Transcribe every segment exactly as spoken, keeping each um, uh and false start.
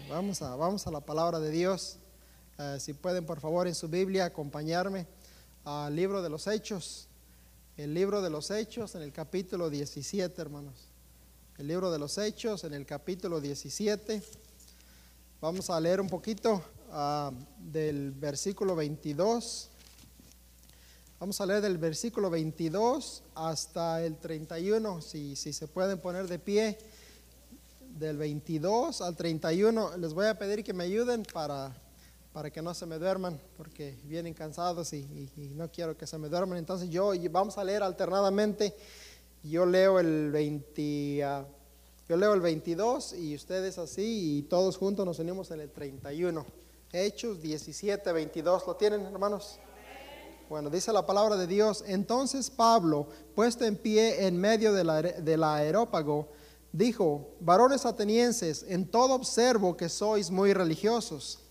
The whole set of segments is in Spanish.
Vamos a, vamos a la palabra de Dios. Uh, si pueden, por favor, en su Biblia acompañarme al libro de los Hechos. El libro de los Hechos en el capítulo diecisiete, hermanos. El libro de los Hechos en el capítulo diecisiete. Vamos a leer un poquito uh, del versículo veintidós. Vamos a leer del versículo veintidós hasta el treinta y uno, si, si se pueden poner de pie. Del veintidós al treinta y uno, les voy a pedir que me ayuden para, para que no se me duerman, porque vienen cansados y, y, y no quiero que se me duerman. Entonces yo, vamos a leer alternadamente. Yo leo el veinte, uh, yo leo el veintidós y ustedes así, y todos juntos nos unimos en el treinta y uno. Hechos diecisiete, veintidós, ¿lo tienen, hermanos? Bueno, dice la palabra de Dios: entonces Pablo, puesto en pie en medio del de la areópago, dijo: varones atenienses, en todo observo que sois muy religiosos.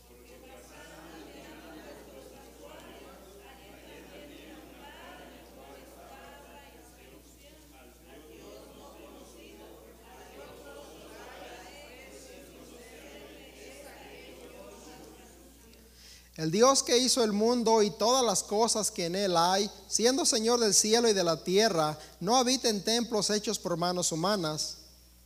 El Dios que hizo el mundo y todas las cosas que en él hay, siendo Señor del cielo y de la tierra, no habita en templos hechos por manos humanas.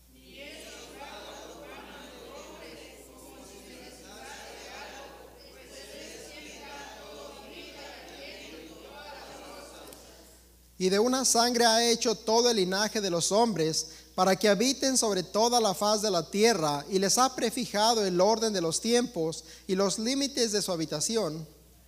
Y de una sangre ha hecho todo el linaje de los hombres, para que habiten sobre toda la faz de la tierra, y les ha prefijado el orden de los tiempos y los límites de su habitación.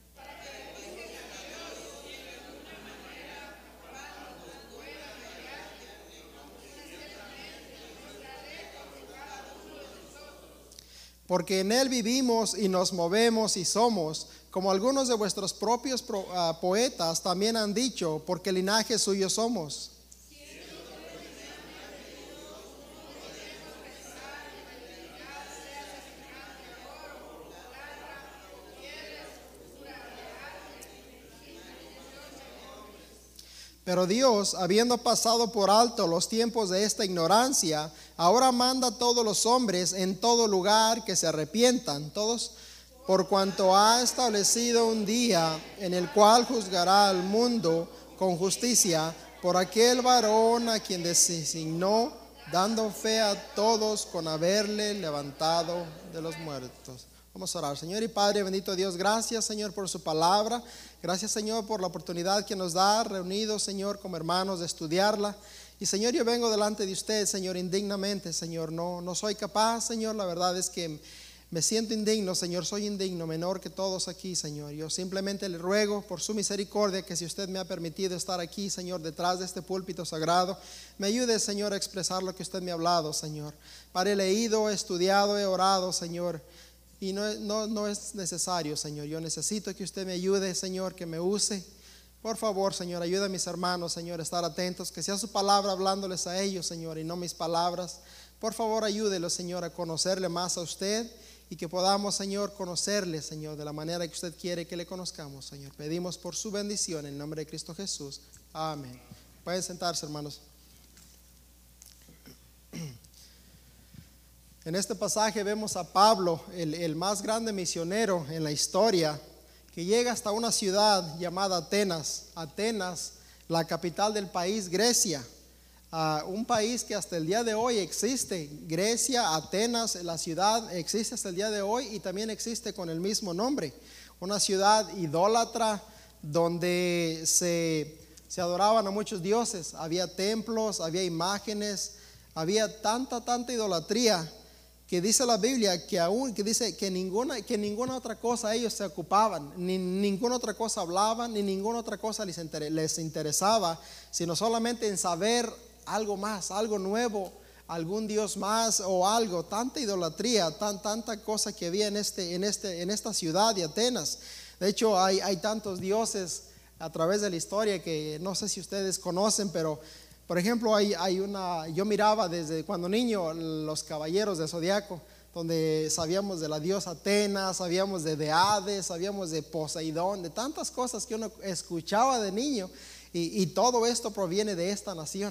Porque en él vivimos y nos movemos y somos, como algunos de vuestros propios pro, uh, poetas también han dicho, porque linaje suyo somos. Pero Dios, habiendo pasado por alto los tiempos de esta ignorancia, ahora manda a todos los hombres en todo lugar que se arrepientan, todos, por cuanto ha establecido un día en el cual juzgará al mundo con justicia por aquel varón a quien designó, dando fe a todos con haberle levantado de los muertos. Vamos a orar. Señor y Padre, bendito Dios, gracias, Señor, por su palabra. Gracias, Señor, por la oportunidad que nos da reunidos, Señor, como hermanos, de estudiarla. Y, Señor, yo vengo delante de usted, Señor, indignamente, Señor. No, no soy capaz, Señor. La verdad es que me siento indigno, Señor. Soy indigno, menor que todos aquí, Señor. Yo simplemente le ruego por su misericordia que si usted me ha permitido estar aquí, Señor, detrás de este púlpito sagrado, me ayude, Señor, a expresar lo que usted me ha hablado, Señor. Padre, he leído, he estudiado, he orado, Señor. Y no, no, no es necesario, Señor. Yo necesito que usted me ayude, Señor, que me use. Por favor, Señor, ayuda a mis hermanos, Señor, a estar atentos. Que sea su palabra hablándoles a ellos, Señor, y no mis palabras. Por favor, ayúdelos, Señor, a conocerle más a usted. Y que podamos, Señor, conocerle, Señor, de la manera que usted quiere que le conozcamos, Señor. Pedimos por su bendición en nombre de Cristo Jesús. Amén. Pueden sentarse, hermanos. En este pasaje vemos a Pablo, el, el más grande misionero en la historia, que llega hasta una ciudad llamada Atenas. Atenas, la capital del país Grecia, uh, un país que hasta el día de hoy existe. Grecia, Atenas, la ciudad existe hasta el día de hoy y también existe con el mismo nombre. Una ciudad idólatra donde se, se adoraban a muchos dioses. Había templos, había imágenes, había tanta, tanta idolatría, que dice la Biblia que aún que dice que ninguna que ninguna otra cosa ellos se ocupaban, ni ninguna otra cosa hablaban, ni ninguna otra cosa les, inter, les interesaba, sino solamente en saber algo más, algo nuevo, algún dios más o algo. Tanta idolatría, tan tanta cosa que había en este en este en esta ciudad de Atenas. De hecho, hay hay tantos dioses a través de la historia que no sé si ustedes conocen, pero por ejemplo, hay, hay una, yo miraba desde cuando niño los Caballeros del Zodiaco, donde sabíamos de la diosa Atenas, sabíamos de, de Hades, sabíamos de Poseidón, de tantas cosas que uno escuchaba de niño, y, y todo esto proviene de esta nación,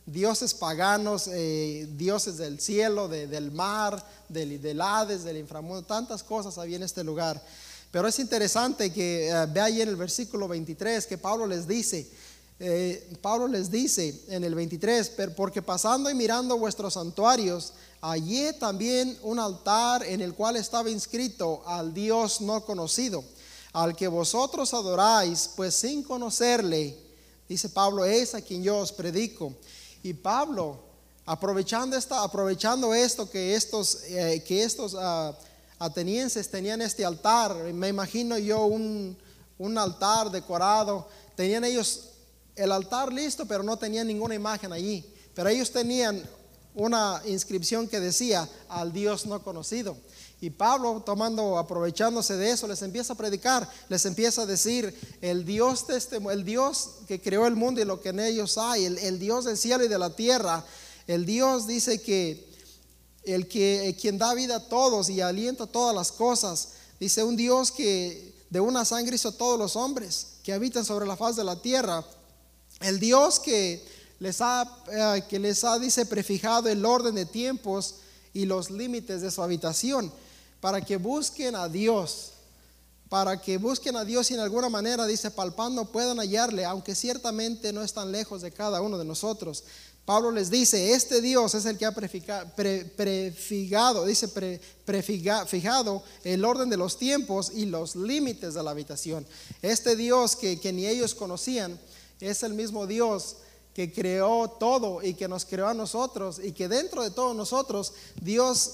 dioses paganos, eh, dioses del cielo, de, del mar, del, del Hades, del inframundo, tantas cosas había en este lugar. Pero es interesante que uh, ve ahí en el versículo veintitrés que Pablo les dice, eh, Pablo les dice en el veintitrés, porque pasando y mirando vuestros santuarios, hallé también un altar en el cual estaba inscrito al Dios no conocido, al que vosotros adoráis, pues sin conocerle, dice Pablo, es a quien yo os predico. Y Pablo, aprovechando, esta, aprovechando esto, que estos, eh, que estos uh, atenienses tenían este altar, me imagino yo un, un altar decorado, tenían ellos el altar listo, pero no tenían ninguna imagen allí, pero ellos tenían una inscripción que decía al Dios no conocido. Y Pablo, tomando, aprovechándose de eso, les empieza a predicar, les empieza a decir, el Dios de este, el Dios que creó el mundo y lo que en ellos hay, el, el Dios del cielo y de la tierra, el Dios dice que el que quien da vida a todos y alienta todas las cosas, dice un Dios que de una sangre hizo todos los hombres que habitan sobre la faz de la tierra, el Dios que les ha, eh, que les ha, dice, prefijado el orden de tiempos y los límites de su habitación, para que busquen a Dios, para que busquen a Dios y en alguna manera, dice, palpando puedan hallarle, aunque ciertamente no están lejos de cada uno de nosotros. Pablo les dice, este Dios es el que ha prefiga, pre, prefijado, dice, pre, prefiga, fijado el orden de los tiempos y los límites de la habitación. Este Dios que, que ni ellos conocían, es el mismo Dios que creó todo y que nos creó a nosotros, y que dentro de todos nosotros Dios,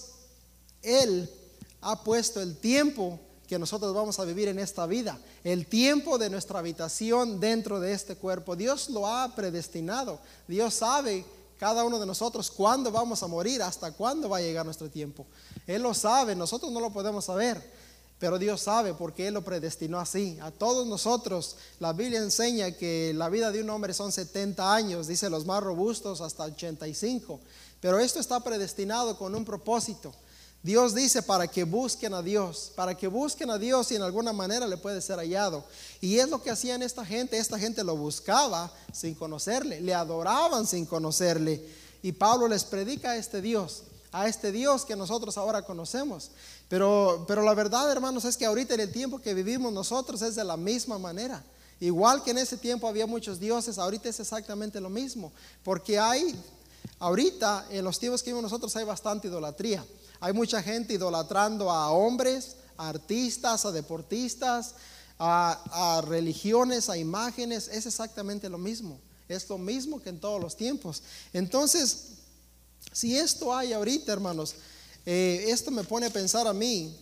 Él ha puesto el tiempo que nosotros vamos a vivir en esta vida, el tiempo de nuestra habitación dentro de este cuerpo. Dios lo ha predestinado. Dios sabe cada uno de nosotros cuándo vamos a morir, hasta cuándo va a llegar nuestro tiempo. Él lo sabe, nosotros no lo podemos saber, pero Dios sabe, porque Él lo predestinó así. A todos nosotros, la Biblia enseña que la vida de un hombre son setenta años, dice los más robustos hasta ochenta y cinco, pero esto está predestinado con un propósito. Dios dice para que busquen a Dios, para que busquen a Dios y en alguna manera le puede ser hallado. Y es lo que hacían esta gente. Esta gente lo buscaba sin conocerle, le adoraban sin conocerle. Y Pablo les predica a este Dios, a este Dios que nosotros ahora conocemos. Pero, pero la verdad, hermanos, es que ahorita en el tiempo que vivimos nosotros es de la misma manera. Igual que en ese tiempo había muchos dioses, ahorita es exactamente lo mismo. Porque hay, ahorita en los tiempos que vivimos nosotros hay bastante idolatría. Hay mucha gente idolatrando a hombres, a artistas, a deportistas, a, a religiones, a imágenes. Es exactamente lo mismo. Es lo mismo que en todos los tiempos. Entonces, si esto hay ahorita, hermanos, eh, esto me pone a pensar a mí,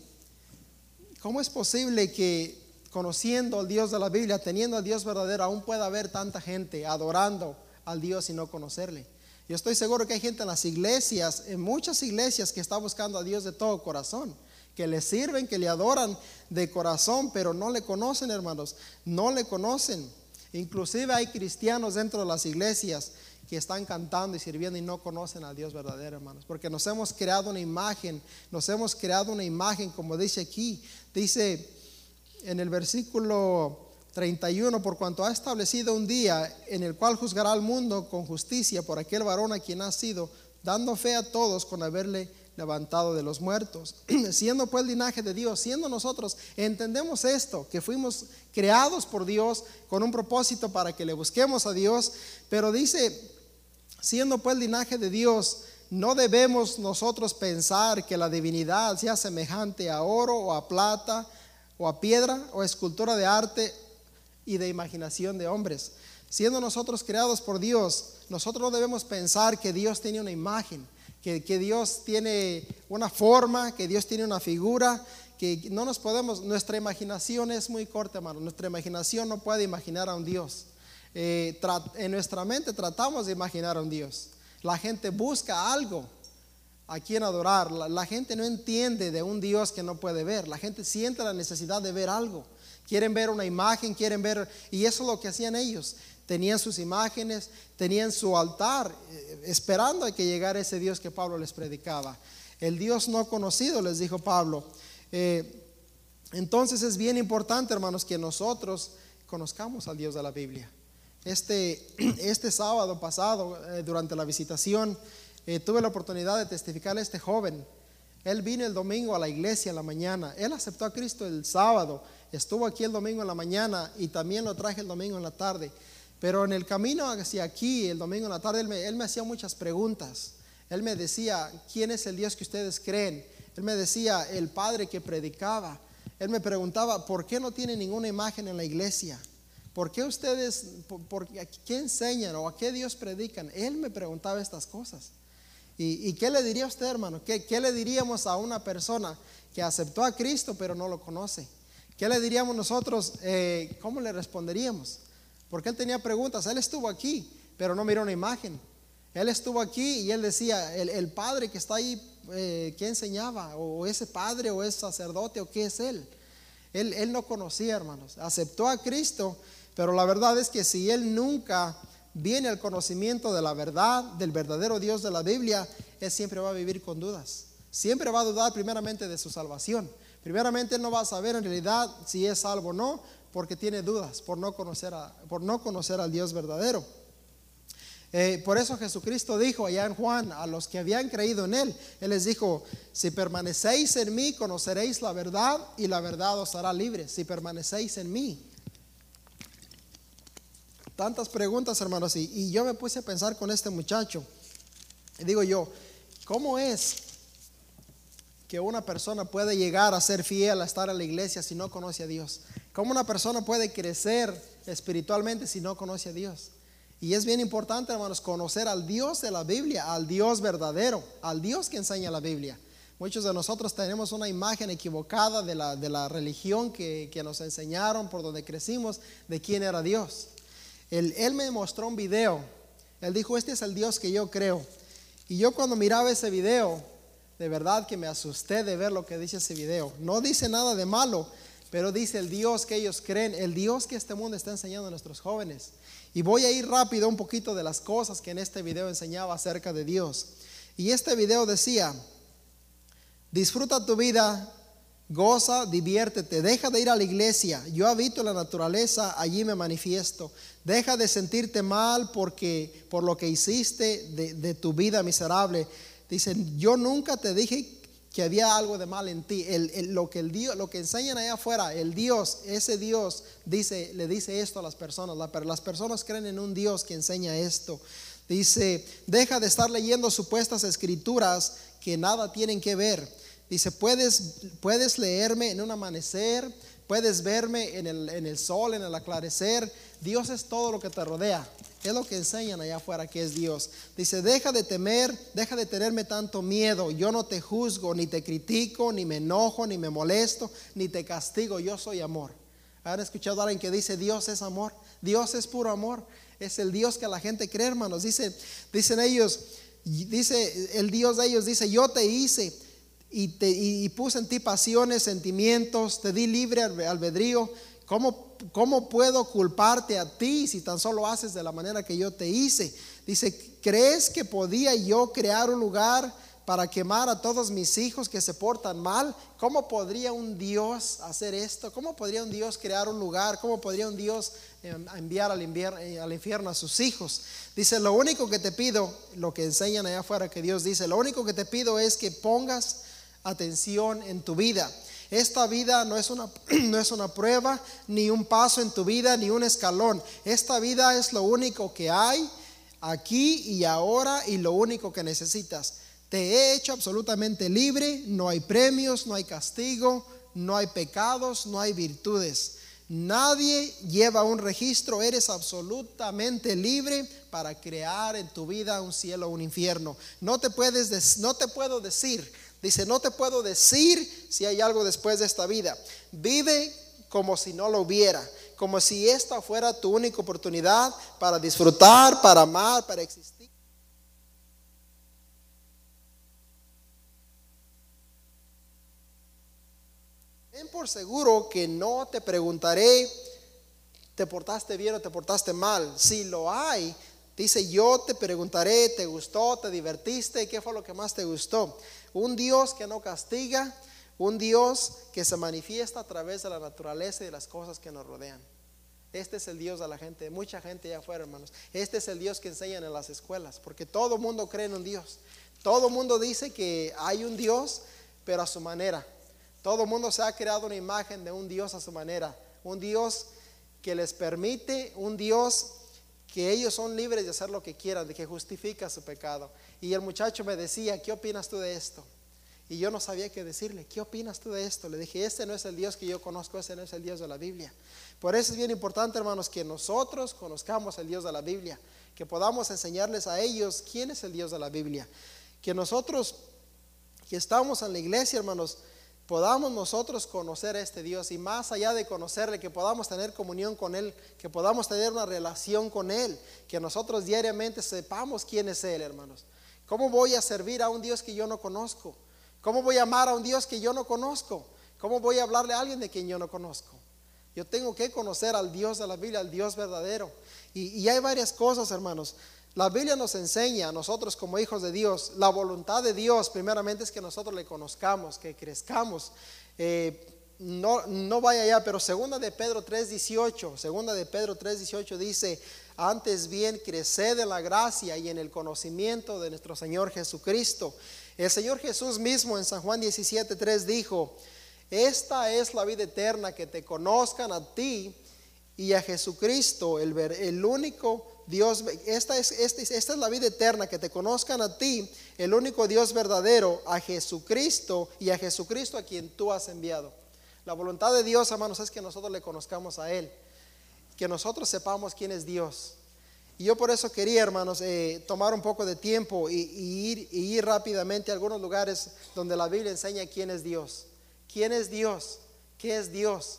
¿cómo es posible que conociendo al Dios de la Biblia, teniendo al Dios verdadero, aún pueda haber tanta gente adorando al Dios y no conocerle? Yo estoy seguro que hay gente en las iglesias, en muchas iglesias, que está buscando a Dios de todo corazón, que le sirven, que le adoran de corazón, pero no le conocen, hermanos, no le conocen. Inclusive hay cristianos dentro de las iglesias que están cantando y sirviendo y no conocen al Dios verdadero, hermanos, porque nos hemos creado una imagen, nos hemos creado una imagen, como dice aquí, dice en el versículo treinta y uno, por cuanto ha establecido un día en el cual juzgará al mundo con justicia por aquel varón a quien ha sido, dando fe a todos con haberle levantado de los muertos. Siendo pues el linaje de Dios, siendo nosotros, entendemos esto, que fuimos creados por Dios con un propósito para que le busquemos a Dios, pero dice, siendo pues el linaje de Dios, no debemos nosotros pensar que la divinidad sea semejante a oro o a plata o a piedra o a escultura de arte y de imaginación de hombres. Siendo nosotros creados por Dios, nosotros no debemos pensar que Dios tiene una imagen, que, que Dios tiene una forma, que Dios tiene una figura, que no nos podemos, nuestra imaginación es muy corta, hermano. Nuestra imaginación no puede imaginar a un Dios. Eh, en nuestra mente tratamos de imaginar a un Dios. La gente busca algo a quien adorar. La, la gente no entiende de un Dios que no puede ver. La gente siente la necesidad de ver algo. Quieren ver una imagen, quieren ver, y eso es lo que hacían ellos. Tenían sus imágenes, tenían su altar, eh, esperando a que llegara ese Dios que Pablo les predicaba. El Dios no conocido, les dijo Pablo. Eh, entonces es bien importante, hermanos, que nosotros conozcamos al Dios de la Biblia, Este, este sábado pasado, eh, durante la visitación, eh, tuve la oportunidad de testificarle a este joven. Él vino el domingo a la iglesia en la mañana. Él aceptó a Cristo el sábado, estuvo aquí el domingo en la mañana y también lo traje el domingo en la tarde. Pero en el camino hacia aquí, el domingo en la tarde, él me, él me hacía muchas preguntas. Él me decía, ¿quién es el Dios que ustedes creen? Él me decía, el padre que predicaba. Él me preguntaba, ¿por qué no tiene ninguna imagen en la iglesia? ¿Por qué ustedes, por, por qué enseñan o a qué Dios predican? Él me preguntaba estas cosas. ¿Y, y qué le diría a usted, hermano? ¿Qué, qué le diríamos a una persona que aceptó a Cristo pero no lo conoce? ¿Qué le diríamos nosotros? Eh, ¿Cómo le responderíamos? Porque él tenía preguntas. Él estuvo aquí, pero no miró una imagen. Él estuvo aquí y él decía, el, el padre que está ahí, eh, ¿qué enseñaba? O ese padre o es sacerdote o qué es él. Él, él no conocía, hermanos. Aceptó a Cristo, pero la verdad es que si él nunca viene al conocimiento de la verdad, del verdadero Dios de la Biblia, él siempre va a vivir con dudas. Siempre va a dudar primeramente de su salvación. Primeramente él no va a saber en realidad si es salvo o no, porque tiene dudas por no conocer, a, por no conocer al Dios verdadero. Eh, por eso Jesucristo dijo allá en Juan a los que habían creído en él, él les dijo, si permanecéis en mí, conoceréis la verdad y la verdad os hará libres. Si permanecéis en mí. Tantas preguntas, hermanos, y, y yo me puse a pensar con este muchacho y digo yo, ¿cómo es que una persona puede llegar a ser fiel, a estar en la iglesia si no conoce a Dios? ¿Cómo una persona puede crecer espiritualmente si no conoce a Dios? Y es bien importante, hermanos, conocer al Dios de la Biblia, al Dios verdadero, al Dios que enseña la Biblia. Muchos de nosotros tenemos una imagen equivocada de la, de la religión que, que nos enseñaron, por donde crecimos, de quién era Dios. Él, él me mostró un video. Él dijo, este es el Dios que yo creo. Y yo cuando miraba ese video, de verdad que me asusté de ver lo que dice ese video. No dice nada de malo, pero dice el Dios que ellos creen, el Dios que este mundo está enseñando a nuestros jóvenes. Y voy a ir rápido un poquito de las cosas que en este video enseñaba acerca de Dios. Y este video decía, disfruta tu vida, goza, diviértete, deja de ir a la iglesia, yo habito en la naturaleza, allí me manifiesto. Deja de sentirte mal porque, por lo que hiciste de, de tu vida miserable. Dicen, yo nunca te dije que había algo de mal en ti. El, el, lo que el Dios, lo que enseñan allá afuera, el Dios, ese Dios dice, le dice esto a las personas. La, pero las personas creen en un Dios que enseña esto. Dice, deja de estar leyendo supuestas escrituras que nada tienen que ver. Dice, puedes, puedes leerme en un amanecer, puedes verme en el, en el sol, en el aclarecer. Dios es todo lo que te rodea. Es lo que enseñan allá afuera que es Dios. Dice, deja de temer, deja de tenerme tanto miedo. Yo no te juzgo, ni te critico, ni me enojo, ni me molesto, ni te castigo. Yo soy amor. ¿Han escuchado a alguien que dice Dios es amor? Dios es puro amor. Es el Dios que la gente cree, hermanos. Dice, dicen ellos, dice el Dios de ellos, dice, yo te hice y, te, y puse en ti pasiones, sentimientos, te di libre albedrío. ¿Cómo, ¿Cómo puedo culparte a ti si tan solo haces de la manera que yo te hice? Dice, ¿crees que podía yo crear un lugar para quemar a todos mis hijos que se portan mal? ¿Cómo podría un Dios hacer esto? ¿Cómo podría un Dios crear un lugar? ¿Cómo podría un Dios enviar al infierno, al infierno a sus hijos? Dice, lo único que te pido, lo que enseñan allá afuera que Dios dice, lo único que te pido es que pongas atención en tu vida. Esta vida no es una, no es una prueba, ni un paso en tu vida, ni un escalón. Esta vida es lo único que hay aquí y ahora y lo único que necesitas. Te he hecho absolutamente libre, no hay premios, no hay castigo, no hay pecados, no hay virtudes. Nadie lleva un registro, eres absolutamente libre para crear en tu vida un cielo o un infierno. No te puedes, no te puedo decir, dice, no te puedo decir si hay algo después de esta vida. Vive como si no lo hubiera, como si esta fuera tu única oportunidad para disfrutar, para amar, para existir. Ten por seguro que no te preguntaré, ¿te portaste bien o te portaste mal? Si lo hay, dice, yo te preguntaré, ¿te gustó? ¿Te divertiste? ¿Qué fue lo que más te gustó? Un Dios que no castiga, un Dios que se manifiesta a través de la naturaleza y de las cosas que nos rodean. Este es el Dios de la gente, de mucha gente allá afuera, hermanos. Este es el Dios que enseñan en las escuelas, porque todo el mundo cree en un Dios. Todo el mundo dice que hay un Dios, pero a su manera. Todo el mundo se ha creado una imagen de un Dios a su manera. Un Dios que les permite, un Dios que ellos son libres de hacer lo que quieran, de que justifica su pecado. Y el muchacho me decía, ¿qué opinas tú de esto? Y yo no sabía qué decirle. ¿Qué opinas tú de esto? Le dije, este no es el Dios que yo conozco, este no es el Dios de la Biblia. Por eso es bien importante, hermanos, que nosotros conozcamos el Dios de la Biblia, que podamos enseñarles a ellos quién es el Dios de la Biblia. Que nosotros que estamos en la iglesia, hermanos, podamos nosotros conocer a este Dios, y más allá de conocerle, que podamos tener comunión con Él, que podamos tener una relación con Él, que nosotros diariamente sepamos quién es Él, hermanos. ¿Cómo voy a servir a un Dios que yo no conozco? ¿Cómo voy a amar a un Dios que yo no conozco? ¿Cómo voy a hablarle a alguien de quien yo no conozco? Yo tengo que conocer al Dios de la Biblia, al Dios verdadero. Y, y hay varias cosas, hermanos. La Biblia nos enseña a nosotros como hijos de Dios, la voluntad de Dios primeramente es que nosotros le conozcamos, que crezcamos. Eh, no, no vaya allá, pero segunda de Pedro tres dieciocho, segunda de Pedro tres dieciocho dice, antes bien creced en la gracia y en el conocimiento de nuestro Señor Jesucristo. El Señor Jesús mismo en San Juan diecisiete tres dijo, esta es la vida eterna, que te conozcan a ti y a Jesucristo, el, el único Dios. Esta es, esta, esta es la vida eterna, que te conozcan a ti, el único Dios verdadero, a Jesucristo y a Jesucristo a quien tú has enviado. La voluntad de Dios, hermanos, es que nosotros le conozcamos a Él, que nosotros sepamos quién es Dios. Y yo por eso quería, hermanos, eh, tomar un poco de tiempo y, y, ir, y ir rápidamente a algunos lugares donde la Biblia enseña quién es Dios. ¿Quién es Dios? ¿Qué es Dios?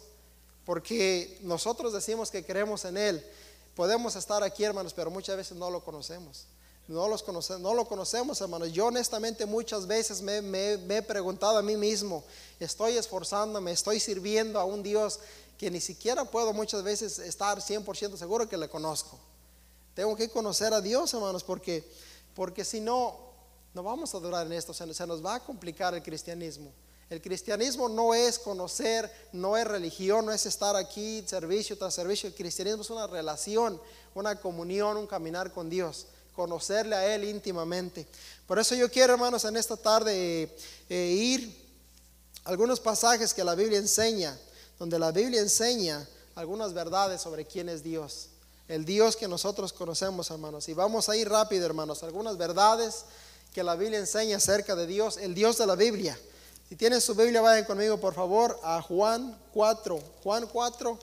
Porque nosotros decimos que creemos en Él. Podemos estar aquí, hermanos, pero muchas veces no lo conocemos. No, los conoce, no lo conocemos, hermanos. Yo honestamente muchas veces me, me, me he preguntado a mí mismo, estoy esforzándome, estoy sirviendo a un Dios que ni siquiera puedo muchas veces estar cien por ciento seguro que le conozco. Tengo que conocer a Dios, hermanos, porque, porque si no, no vamos a durar en esto, se, se nos va a complicar el cristianismo. El cristianismo no es conocer, no es religión, no es estar aquí servicio tras servicio. El cristianismo es una relación, una comunión, un caminar con Dios, conocerle a Él íntimamente. Por eso yo quiero, hermanos, en esta tarde eh, eh, ir a algunos pasajes que la Biblia enseña, donde la Biblia enseña algunas verdades sobre quién es Dios, el Dios que nosotros conocemos, hermanos. Y vamos a ir rápido, hermanos, algunas verdades que la Biblia enseña acerca de Dios, el Dios de la Biblia. Si tienen su Biblia, vayan conmigo por favor a Juan cuatro. Juan cuatro,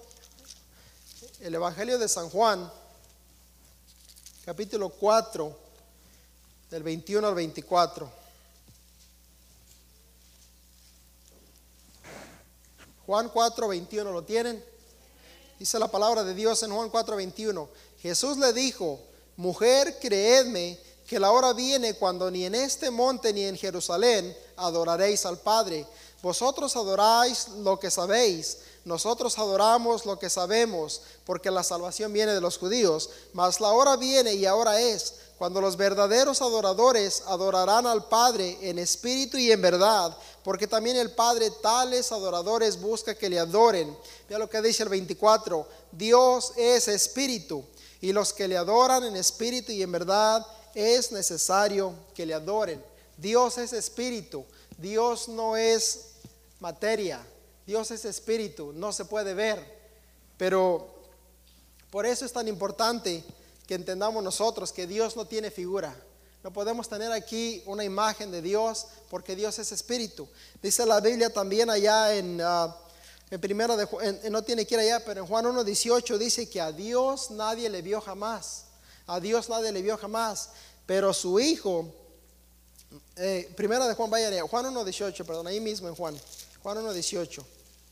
el Evangelio de San Juan, capítulo cuatro, del veintiuno al veinticuatro. Juan cuatro, veintiuno, ¿lo tienen? Dice la palabra de Dios en Juan cuatro, veintiuno. Jesús le dijo, mujer, creedme que la hora viene cuando ni en este monte ni en Jerusalén adoraréis al Padre. Vosotros adoráis lo que sabéis, nosotros adoramos lo que sabemos, porque la salvación viene de los judíos. Mas la hora viene y ahora es, cuando los verdaderos adoradores adorarán al Padre en espíritu y en verdad, porque también el Padre tales adoradores busca que le adoren. Vea lo que dice el veinticuatro, Dios es espíritu, y los que le adoran en espíritu y en verdad es necesario que le adoren. Dios es espíritu, Dios no es materia, Dios es espíritu, no se puede ver. Pero por eso es tan importante que entendamos nosotros que Dios no tiene figura. No podemos tener aquí una imagen de Dios porque Dios es espíritu. Dice la Biblia también allá en, uh, en primera de, en, no tiene que ir allá, pero en Juan uno dieciocho dice que a Dios nadie le vio jamás. A Dios nadie le vio jamás, pero su Hijo, eh, primera de Juan, vaya, Juan uno dieciocho, perdón, ahí mismo en Juan, Juan uno dieciocho.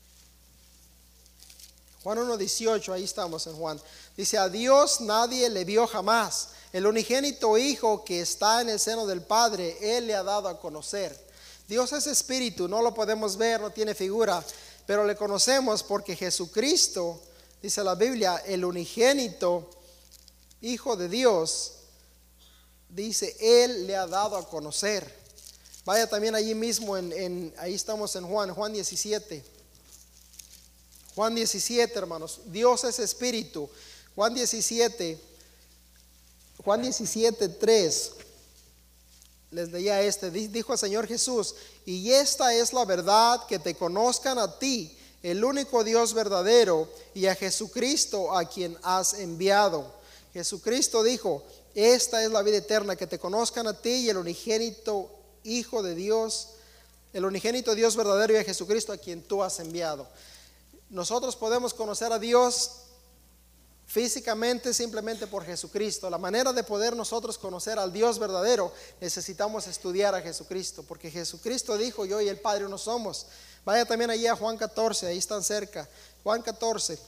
Juan uno dieciocho, ahí estamos en Juan. Dice, a Dios nadie le vio jamás. El unigénito Hijo que está en el seno del Padre, Él le ha dado a conocer. Dios es espíritu, no lo podemos ver, no tiene figura, pero le conocemos porque Jesucristo, dice la Biblia, el unigénito Hijo de Dios, dice, Él le ha dado a conocer. Vaya también allí mismo, en, en, ahí estamos en Juan, Juan diecisiete. Juan diecisiete, hermanos, Dios es espíritu. Juan diecisiete, Juan diecisiete, tres. Les leía este, dijo el Señor Jesús: y esta es la verdad, que te conozcan a ti, el único Dios verdadero, y a Jesucristo a quien has enviado. Jesucristo dijo: esta es la vida eterna, que te conozcan a ti y el unigénito Hijo de Dios, el unigénito Dios verdadero, y a Jesucristo a quien tú has enviado. Nosotros podemos conocer a Dios físicamente simplemente por Jesucristo. La manera de poder nosotros conocer al Dios verdadero, necesitamos estudiar a Jesucristo, porque Jesucristo dijo: yo y el Padre uno somos. Vaya también allí a Juan catorce, ahí están cerca. Juan catorce.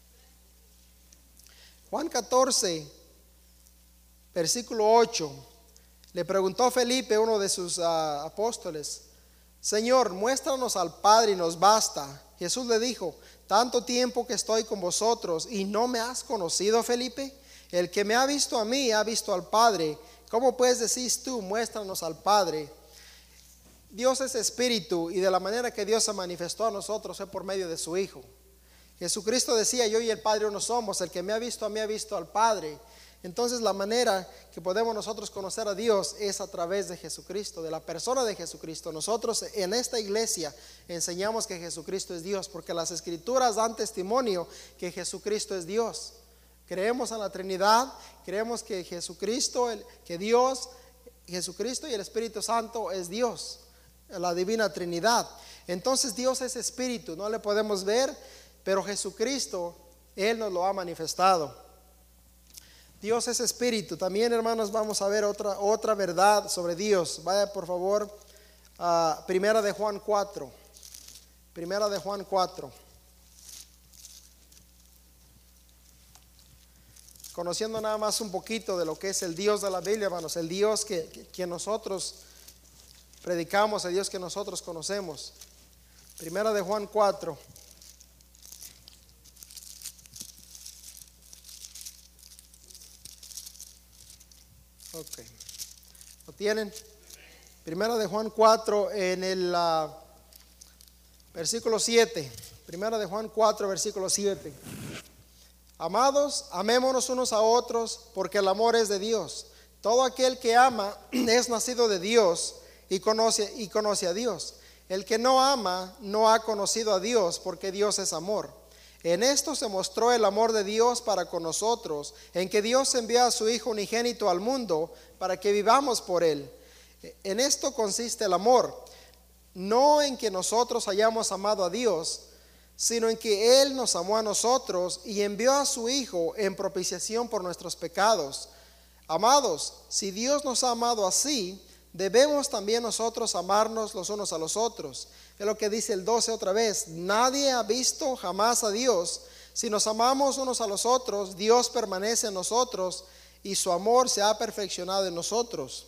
Juan catorce, versículo ocho. Le preguntó Felipe, uno de sus uh, apóstoles: Señor, muéstranos al Padre y nos basta. Jesús le dijo: tanto tiempo que estoy con vosotros y no me has conocido, Felipe. El que me ha visto a mí ha visto al Padre. ¿Cómo pues decís tú, muéstranos al Padre? Dios es espíritu, y de la manera que Dios se manifestó a nosotros fue por medio de su Hijo. Jesucristo decía: yo y el Padre uno somos. El que me ha visto a mí ha visto al Padre. Entonces la manera que podemos nosotros conocer a Dios es a través de Jesucristo, de la persona de Jesucristo. Nosotros en esta iglesia enseñamos que Jesucristo es Dios, porque las Escrituras dan testimonio que Jesucristo es Dios. Creemos en la Trinidad, creemos que Jesucristo, el, que Dios, Jesucristo y el Espíritu Santo es Dios, la divina Trinidad. Entonces Dios es espíritu, no le podemos ver, pero Jesucristo, Él nos lo ha manifestado. Dios es espíritu. También, hermanos, vamos a ver otra, otra verdad sobre Dios. Vaya por favor a Primera de Juan cuatro. Primera de Juan cuatro. Conociendo nada más un poquito de lo que es el Dios de la Biblia, hermanos, el Dios que, que, que nosotros predicamos, el Dios que nosotros conocemos. Primera de Juan cuatro. Ok, ¿lo tienen? Primera de Juan cuatro, en el uh, versículo siete. Primera de Juan cuatro, versículo siete. Amados, amémonos unos a otros, porque el amor es de Dios. Todo aquel que ama es nacido de Dios y conoce, y conoce a Dios. El que no ama no ha conocido a Dios, porque Dios es amor. En esto se mostró el amor de Dios para con nosotros, en que Dios envió a su Hijo unigénito al mundo para que vivamos por Él. En esto consiste el amor, no en que nosotros hayamos amado a Dios, sino en que Él nos amó a nosotros y envió a su Hijo en propiciación por nuestros pecados. Amados, si Dios nos ha amado así, debemos también nosotros amarnos los unos a los otros. Es lo que dice el doce otra vez: nadie ha visto jamás a Dios. Si nos amamos unos a los otros, Dios permanece en nosotros y su amor se ha perfeccionado en nosotros.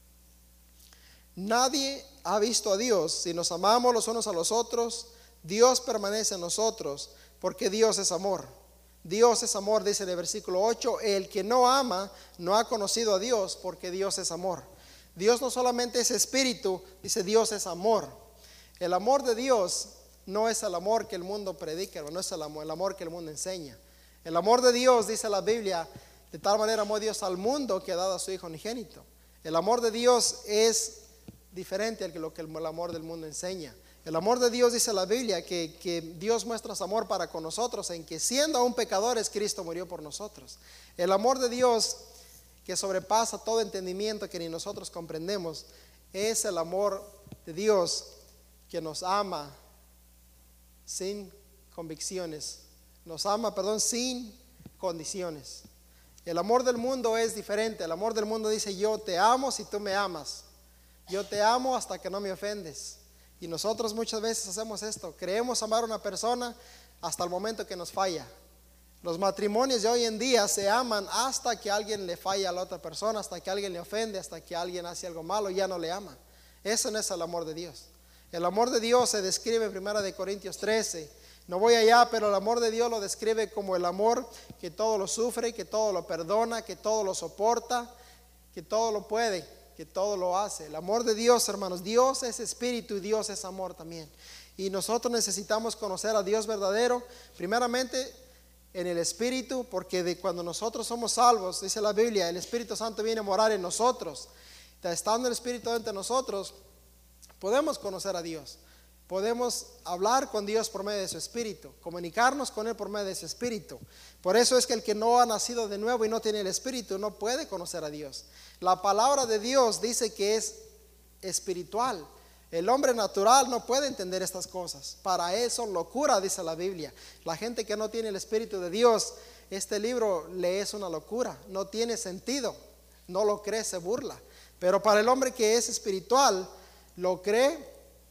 Nadie ha visto a Dios. Si nos amamos los unos a los otros, Dios permanece en nosotros, porque Dios es amor. Dios es amor, dice en el versículo ocho. El que no ama no ha conocido a Dios, porque Dios es amor. Dios no solamente es espíritu, dice Dios es amor. El amor de Dios no es el amor que el mundo predica, no es el amor, el amor que el mundo enseña. El amor de Dios, dice la Biblia, de tal manera amó Dios al mundo que ha dado a su Hijo unigénito. El amor de Dios es diferente a lo que el amor del mundo enseña. El amor de Dios, dice la Biblia, que, que Dios muestra su amor para con nosotros, en que siendo aún pecadores, Cristo murió por nosotros. El amor de Dios, que sobrepasa todo entendimiento que ni nosotros comprendemos, es el amor de Dios que nos ama sin convicciones, nos ama, perdón, sin condiciones. El amor del mundo es diferente. El amor del mundo dice: yo te amo si tú me amas, yo te amo hasta que no me ofendes. Y nosotros muchas veces hacemos esto, creemos amar a una persona hasta el momento que nos falla. Los matrimonios de hoy en día se aman hasta que alguien le falla a la otra persona, hasta que alguien le ofende, hasta que alguien hace algo malo, ya no le ama. Eso no es el amor de Dios. El amor de Dios se describe en primera de Corintios trece. No voy allá, pero el amor de Dios lo describe como el amor que todo lo sufre, que todo lo perdona, que todo lo soporta, que todo lo puede, que todo lo hace. El amor de Dios, hermanos, Dios es espíritu y Dios es amor también. Y nosotros necesitamos conocer a Dios verdadero, primeramente en el Espíritu, porque de cuando nosotros somos salvos, dice la Biblia, el Espíritu Santo viene a morar en nosotros. Estando el Espíritu entre nosotros, podemos conocer a Dios. Podemos hablar con Dios por medio de su Espíritu, comunicarnos con Él por medio de su Espíritu. Por eso es que el que no ha nacido de nuevo y no tiene el Espíritu no puede conocer a Dios. La palabra de Dios dice que es espiritual. El hombre natural no puede entender estas cosas. Para él son locura, dice la Biblia. La gente que no tiene el Espíritu de Dios, este libro le es una locura. No tiene sentido. No lo cree, se burla. Pero para el hombre que es espiritual, lo cree,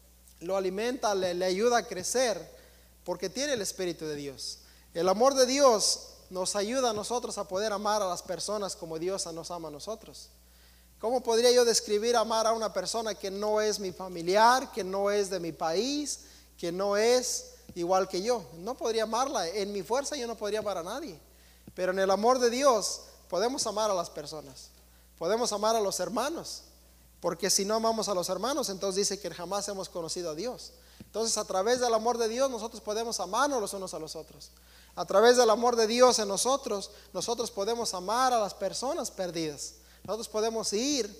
lo alimenta, le, le ayuda a crecer, porque tiene el Espíritu de Dios. El amor de Dios nos ayuda a nosotros a poder amar a las personas como Dios nos ama a nosotros. ¿Cómo podría yo describir amar a una persona que no es mi familiar, que no es de mi país, que no es igual que yo? No podría amarla. En mi fuerza yo no podría amar a nadie. Pero en el amor de Dios podemos amar a las personas. Podemos amar a los hermanos. Porque si no amamos a los hermanos, entonces dice que jamás hemos conocido a Dios. Entonces a través del amor de Dios nosotros podemos amarnos los unos a los otros. A través del amor de Dios en nosotros, nosotros podemos amar a las personas perdidas. Nosotros podemos ir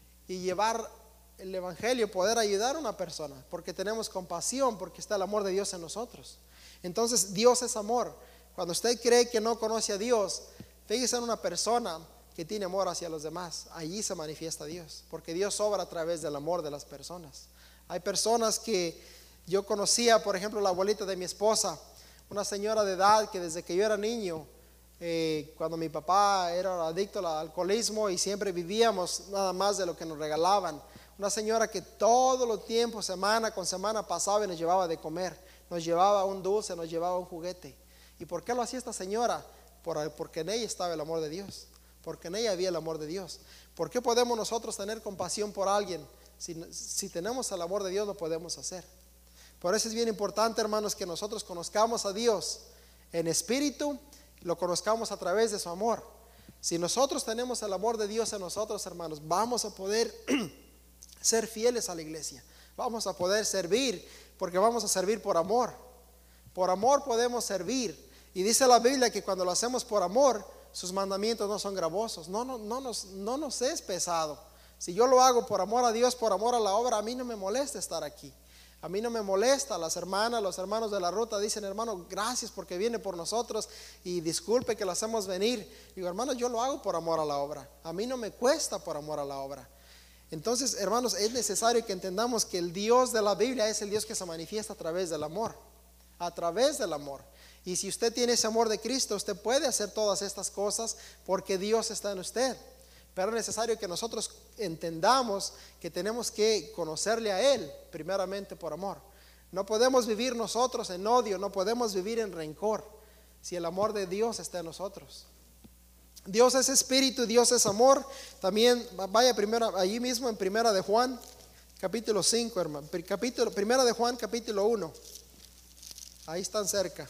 y llevar el evangelio, poder ayudar a una persona, porque tenemos compasión, porque está el amor de Dios en nosotros. Entonces Dios es amor. Cuando usted cree que no conoce a Dios, fíjese en una persona que tiene amor hacia los demás. Allí se manifiesta Dios, porque Dios obra a través del amor de las personas. Hay personas que yo conocía, por ejemplo, la abuelita de mi esposa, una señora de edad que desde que yo era niño, eh, cuando mi papá era adicto al alcoholismo y siempre vivíamos nada más de lo que nos regalaban, una señora que todo el tiempo, semana con semana, pasaba y nos llevaba de comer, nos llevaba un dulce, nos llevaba un juguete. ¿Y por qué lo hacía esta señora? Por, porque en ella estaba el amor de Dios. Porque en ella había el amor de Dios. ¿Por qué podemos nosotros tener compasión por alguien? Si, si tenemos el amor de Dios, lo podemos hacer. Por eso es bien importante, hermanos, que nosotros conozcamos a Dios en espíritu, lo conozcamos a través de su amor. Si nosotros tenemos el amor de Dios en nosotros, hermanos, vamos a poder ser fieles a la iglesia. Vamos a poder servir, porque vamos a servir por amor. Por amor podemos servir. Y dice la Biblia que cuando lo hacemos por amor, sus mandamientos no son gravosos, no, no, no, nos, no nos es pesado. Si yo lo hago por amor a Dios, por amor a la obra, a mí no me molesta estar aquí. A mí no me molesta. Las hermanas, los hermanos de la ruta dicen: hermano, gracias porque viene por nosotros y disculpe que lo hacemos venir. Digo: hermano, yo lo hago por amor a la obra. A mí no me cuesta por amor a la obra. Entonces, hermanos, es necesario que entendamos que el Dios de la Biblia es el Dios que se manifiesta a través del amor. A través del amor. Y si usted tiene ese amor de Cristo, usted puede hacer todas estas cosas porque Dios está en usted. Pero es necesario que nosotros entendamos que tenemos que conocerle a Él primeramente por amor. No podemos vivir nosotros en odio, no podemos vivir en rencor si el amor de Dios está en nosotros. Dios es espíritu, Dios es amor. También vaya primero allí mismo en Primera de Juan, capítulo cinco, hermano. Capítulo, Primera de Juan, capítulo uno. Ahí están cerca.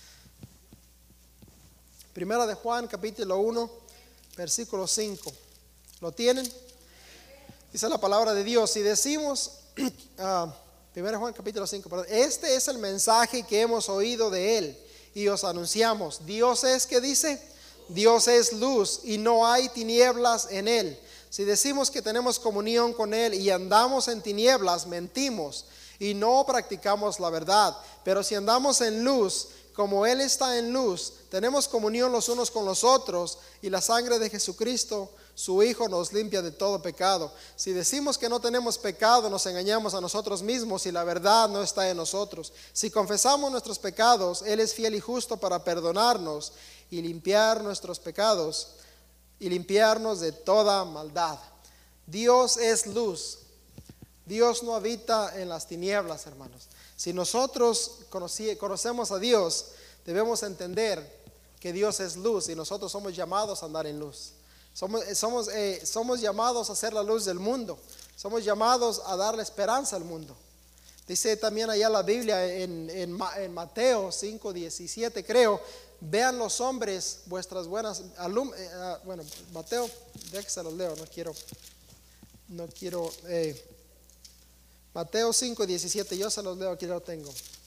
Primera de Juan, capítulo uno, versículo cinco. ¿Lo tienen? Dice la palabra de Dios. Si decimos, uh, Primera de Juan, capítulo cinco, perdón, este es el mensaje que hemos oído de Él y os anunciamos. Dios es, ¿qué dice? Dios es luz y no hay tinieblas en Él. Si decimos que tenemos comunión con Él y andamos en tinieblas, mentimos y no practicamos la verdad. Pero si andamos en luz, como Él está en luz, tenemos comunión los unos con los otros, y la sangre de Jesucristo, su Hijo, nos limpia de todo pecado. Si decimos que no tenemos pecado, nos engañamos a nosotros mismos y la verdad no está en nosotros. Si confesamos nuestros pecados, Él es fiel y justo para perdonarnos y limpiar nuestros pecados y limpiarnos de toda maldad. Dios es luz. Dios no habita en las tinieblas, hermanos. Si nosotros conocí, conocemos a Dios, debemos entender que Dios es luz y nosotros somos llamados a andar en luz. Somos, somos, eh, somos llamados a ser la luz del mundo. Somos llamados a darle esperanza al mundo. Dice también allá la Biblia en, en, en Mateo cinco diecisiete, creo: vean los hombres vuestras buenas alum eh, uh, bueno, Mateo, déjense los leo, no quiero no quiero eh, Mateo cinco diecisiete, yo se los leo, aquí lo tengo.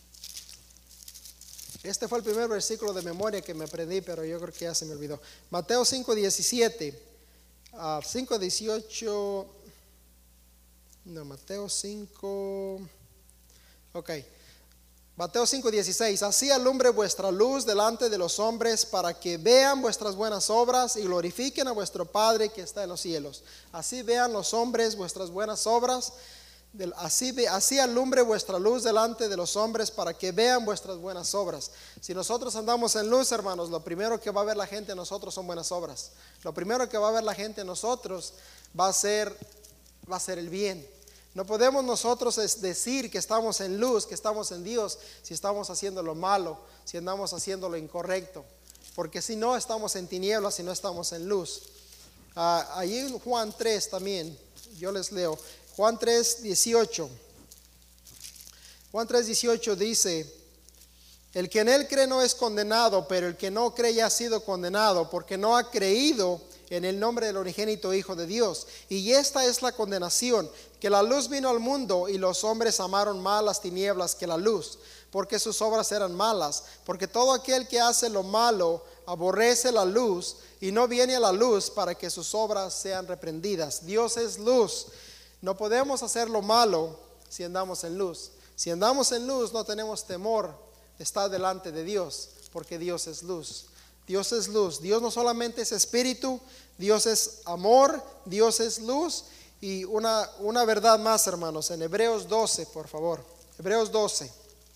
Este fue el primer versículo de memoria que me aprendí, pero yo creo que ya se me olvidó. Mateo cinco diecisiete, uh, cinco dieciocho, no, Mateo cinco, ok. Mateo cinco dieciséis, así alumbre vuestra luz delante de los hombres para que vean vuestras buenas obras y glorifiquen a vuestro Padre que está en los cielos. Así vean los hombres vuestras buenas obras, así, así alumbre vuestra luz delante de los hombres para que vean vuestras buenas obras. Si nosotros andamos en luz, hermanos, lo primero que va a ver la gente en nosotros son buenas obras. Lo primero que va a ver la gente en nosotros va a ser, va a ser el bien. No podemos nosotros decir que estamos en luz, que estamos en Dios, si estamos haciendo lo malo, si andamos haciendo lo incorrecto. Porque si no, estamos en tinieblas, si no estamos en luz. Uh, allí en Juan tres también, yo les leo. Juan tres dieciocho. Juan tres dieciocho dice, el que en él cree no es condenado, pero el que no cree ya ha sido condenado, porque no ha creído en el nombre del unigénito Hijo de Dios. Y esta es la condenación, que la luz vino al mundo y los hombres amaron más las tinieblas que la luz, porque sus obras eran malas. Porque todo aquel que hace lo malo aborrece la luz y no viene a la luz para que sus obras sean reprendidas. Dios es luz. No podemos hacer lo malo si andamos en luz. Si andamos en luz no tenemos temor de estar delante de Dios, porque Dios es luz. Dios es luz. Dios no solamente es espíritu, Dios es amor, Dios es luz. Y una, una verdad más, hermanos, en Hebreos doce, por favor. Hebreos doce.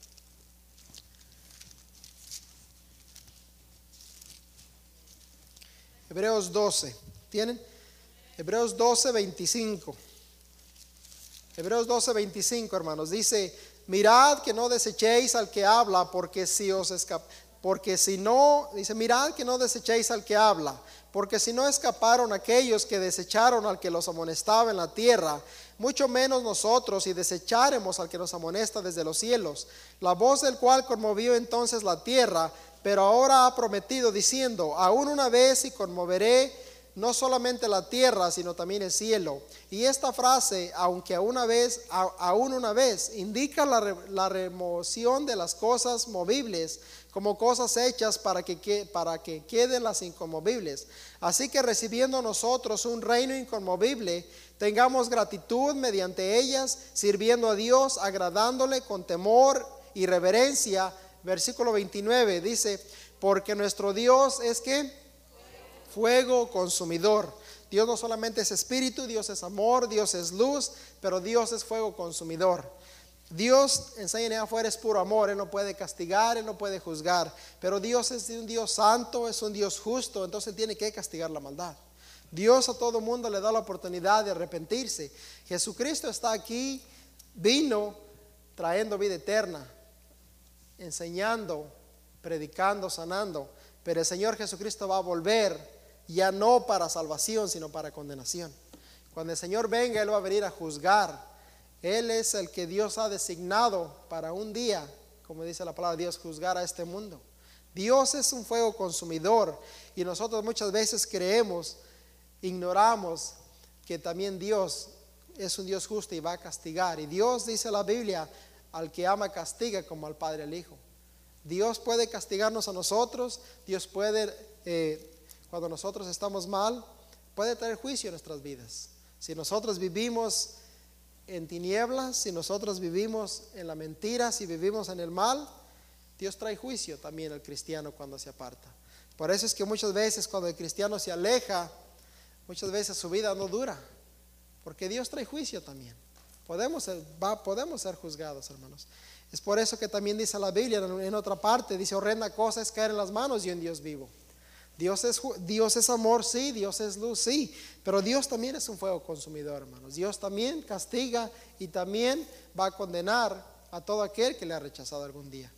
Hebreos doce. ¿Tienen? Hebreos doce, veinticinco. Hebreos doce, veinticinco, hermanos. Dice, mirad que no desechéis al que habla, porque si os escapa. Porque si no, dice, mirad que no desechéis al que habla, porque si no escaparon aquellos que desecharon al que los amonestaba en la tierra, mucho menos nosotros si desecharemos al que nos amonesta desde los cielos, la voz del cual conmovió entonces la tierra, pero ahora ha prometido diciendo, aún una vez y conmoveré no solamente la tierra, sino también el cielo. Y esta frase, aunque a una vez, a, aún una vez, indica la, re, la remoción de las cosas movibles como cosas hechas para que, para que queden las inconmovibles. Así que recibiendo nosotros un reino inconmovible, tengamos gratitud mediante ellas, sirviendo a Dios, agradándole con temor y reverencia. Versículo veintinueve dice, porque nuestro Dios es que fuego consumidor. Dios no solamente es espíritu, Dios es amor, Dios es luz, pero Dios es fuego consumidor. Dios, enseña allá afuera, es puro amor. Él no puede castigar, Él no puede juzgar, pero Dios es un Dios santo, es un Dios justo, entonces tiene que castigar la maldad. Dios a todo mundo le da la oportunidad de arrepentirse. Jesucristo está aquí, vino trayendo vida eterna, enseñando, predicando, sanando, pero el Señor Jesucristo va a volver ya no para salvación, sino para condenación. Cuando el Señor venga, Él va a venir a juzgar. Él es el que Dios ha designado para un día, como dice la palabra de Dios, juzgar a este mundo. Dios es un fuego consumidor y nosotros muchas veces creemos, ignoramos que también Dios es un Dios justo y va a castigar. Y Dios, dice la Biblia, al que ama castiga como al Padre al Hijo. Dios puede castigarnos a nosotros, Dios puede, eh, cuando nosotros estamos mal, puede traer juicio a nuestras vidas. Si nosotros vivimos en tinieblas, si nosotros vivimos en la mentira, si vivimos en el mal, Dios trae juicio también al cristiano cuando se aparta. Por eso es que muchas veces cuando el cristiano se aleja, muchas veces su vida no dura, porque Dios trae juicio también. Podemos ser, va, podemos ser juzgados, hermanos. Es por eso que también dice la Biblia en otra parte, dice, horrenda cosa es caer en las manos de un Dios vivo. Dios es, Dios es amor, sí, Dios es luz, sí, pero Dios también es un fuego consumidor, hermanos. Dios también castiga y también va a condenar a todo aquel que le ha rechazado algún día.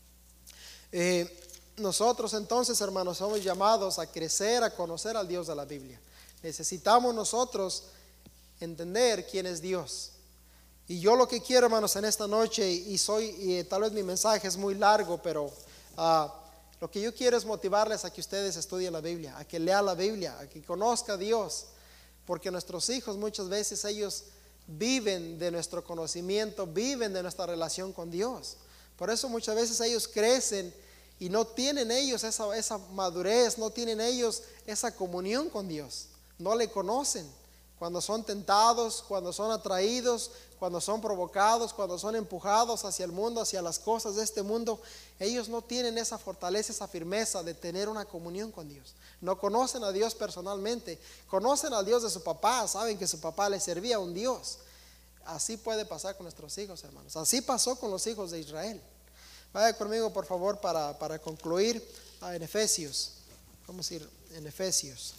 Eh, nosotros entonces, hermanos, somos llamados a crecer, a conocer al Dios de la Biblia. Necesitamos nosotros entender quién es Dios. Y yo lo que quiero, hermanos, en esta noche, y soy, y tal vez mi mensaje es muy largo, pero uh, lo que yo quiero es motivarles a que ustedes estudien la Biblia, a que lean la Biblia, a que conozcan a Dios, porque nuestros hijos muchas veces ellos viven de nuestro conocimiento, viven de nuestra relación con Dios. Por eso muchas veces ellos crecen y no tienen ellos esa, esa madurez, no tienen ellos esa comunión con Dios, no le conocen. Cuando son tentados, cuando son atraídos, cuando son provocados, cuando son empujados hacia el mundo, hacia las cosas de este mundo, ellos no tienen esa fortaleza, esa firmeza de tener una comunión con Dios. No conocen a Dios personalmente, conocen al Dios de su papá, saben que su papá le servía a un Dios. Así puede pasar con nuestros hijos, hermanos. Así pasó con los hijos de Israel. Vaya conmigo, por favor, para, para concluir ah, en Efesios. Vamos a ir en Efesios.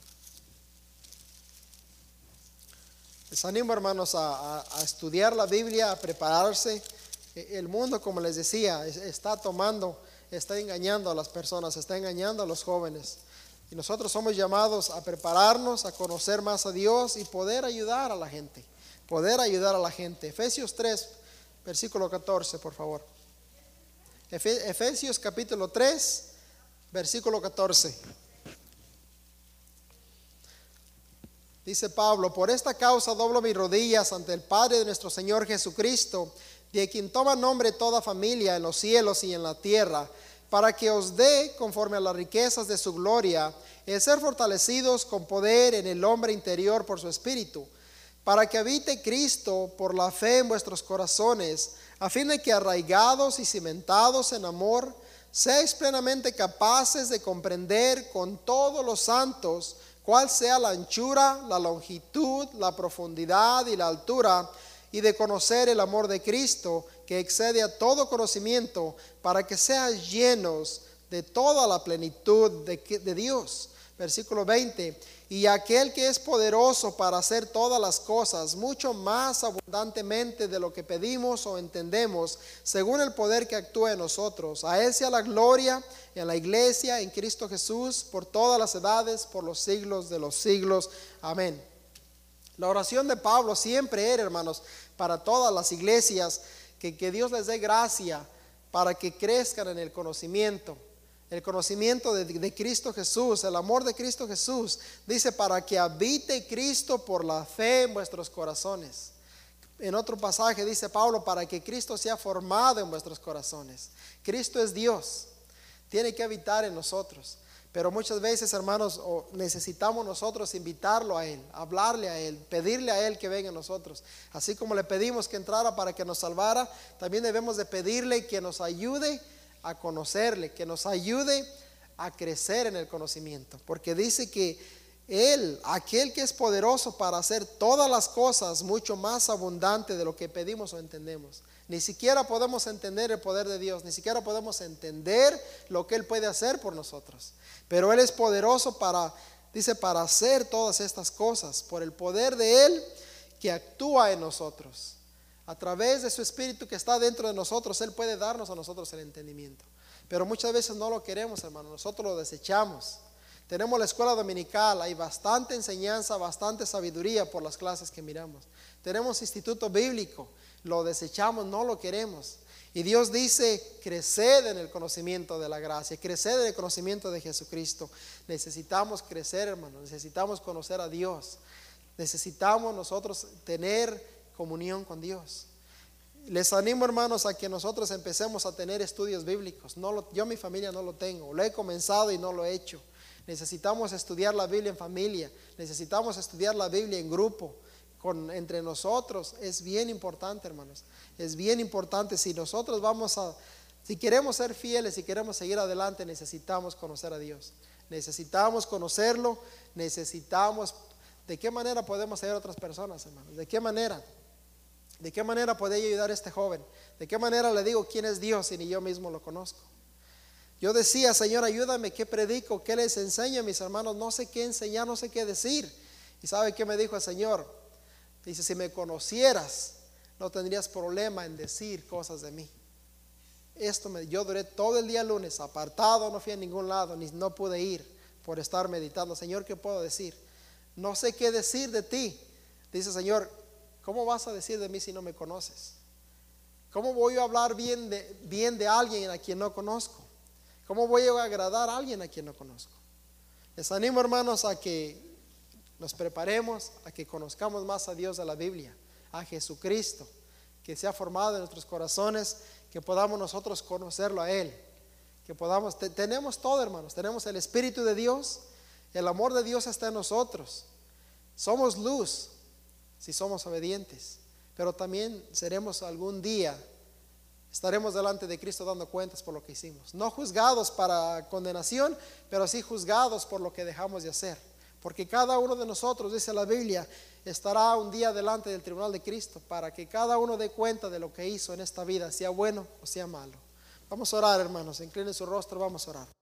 Les animo, hermanos, a, a, a estudiar la Biblia, a prepararse. El mundo, como les decía, está tomando, está engañando a las personas, está engañando a los jóvenes. Y nosotros somos llamados a prepararnos, a conocer más a Dios y poder ayudar a la gente. Poder ayudar a la gente. Efesios tres, versículo catorce, por favor. Efesios capítulo tres, versículo catorce. Dice Pablo: por esta causa doblo mis rodillas ante el Padre de nuestro Señor Jesucristo, de quien toma nombre toda familia en los cielos y en la tierra, para que os dé, conforme a las riquezas de su gloria, el ser fortalecidos con poder en el hombre interior por su espíritu, para que habite Cristo por la fe en vuestros corazones, a fin de que, arraigados y cimentados en amor, seáis plenamente capaces de comprender con todos los santos cuál sea la anchura, la longitud, la profundidad y la altura, y de conocer el amor de Cristo, que excede a todo conocimiento, para que seas llenos de toda la plenitud de, de Dios. Versículo veinte: y aquel que es poderoso para hacer todas las cosas mucho más abundantemente de lo que pedimos o entendemos, según el poder que actúa en nosotros. A él sea la gloria en la iglesia, en Cristo Jesús, por todas las edades, por los siglos de los siglos. Amén. La oración de Pablo siempre era, hermanos, para todas las iglesias, que, que Dios les dé gracia para que crezcan en el conocimiento. El conocimiento de, de Cristo Jesús, el amor de Cristo Jesús. Dice: para que habite Cristo por la fe en vuestros corazones. En otro pasaje dice Pablo: para que Cristo sea formado en vuestros corazones. Cristo es Dios, tiene que habitar en nosotros. Pero muchas veces, hermanos, necesitamos nosotros invitarlo a Él, hablarle a Él, pedirle a Él que venga a nosotros. Así como le pedimos que entrara para que nos salvara, también debemos de pedirle que nos ayude a conocerle, que nos ayude a crecer en el conocimiento. Porque dice que Él, aquel que es poderoso para hacer todas las cosas mucho más abundante de lo que pedimos o entendemos. Ni siquiera podemos entender el poder de Dios, ni siquiera podemos entender lo que Él puede hacer por nosotros. Pero Él es poderoso para, dice, para hacer todas estas cosas, por el poder de Él que actúa en nosotros. A través de su Espíritu que está dentro de nosotros, Él puede darnos a nosotros el entendimiento. Pero muchas veces no lo queremos, hermano, nosotros lo desechamos. Tenemos la escuela dominical, hay bastante enseñanza, bastante sabiduría por las clases que miramos. Tenemos instituto bíblico, lo desechamos, no lo queremos. Y Dios dice: creced en el conocimiento de la gracia, creced en el conocimiento de Jesucristo. Necesitamos crecer, hermano, necesitamos conocer a Dios. Necesitamos nosotros tener comunión con Dios. Les animo, hermanos, a que nosotros empecemos a tener estudios bíblicos. No lo, yo mi familia no lo tengo, lo he comenzado y no lo he hecho. Necesitamos estudiar la Biblia en familia, necesitamos estudiar la Biblia en grupo, con, entre nosotros. Es bien importante, hermanos, es bien importante. Si nosotros vamos a, si queremos ser fieles, si queremos seguir adelante, necesitamos conocer a Dios, necesitamos conocerlo, necesitamos. ¿De qué manera podemos ayudar a otras personas, hermanos? ¿De qué manera? ¿De qué manera puedo ayudar a este joven? ¿De qué manera le digo quién es Dios si ni yo mismo lo conozco? Yo decía: Señor, ayúdame, ¿qué predico? ¿Qué les enseño a mis hermanos? No sé qué enseñar, no sé qué decir. ¿Y sabe qué me dijo el Señor? Dice: si me conocieras, no tendrías problema en decir cosas de mí. Esto me, yo duré todo el día lunes apartado, no fui a ningún lado, ni no pude ir por estar meditando. Señor, ¿qué puedo decir? No sé qué decir de ti. Dice: Señor, ¿cómo vas a decir de mí si no me conoces? ¿Cómo voy a hablar bien de, bien de alguien a quien no conozco? ¿Cómo voy a agradar a alguien a quien no conozco? Les animo, hermanos, a que nos preparemos, a que conozcamos más a Dios de la Biblia, a Jesucristo, que sea formado en nuestros corazones, que podamos nosotros conocerlo a Él, que podamos, te, tenemos todo, hermanos, tenemos el Espíritu de Dios, el amor de Dios está en nosotros, somos luz si somos obedientes, pero también seremos algún día, estaremos delante de Cristo dando cuentas por lo que hicimos, no juzgados para condenación, pero sí juzgados por lo que dejamos de hacer, porque cada uno de nosotros, dice la Biblia, estará un día delante del tribunal de Cristo para que cada uno dé cuenta de lo que hizo en esta vida, sea bueno o sea malo. Vamos a orar, hermanos, inclinen su rostro, vamos a orar.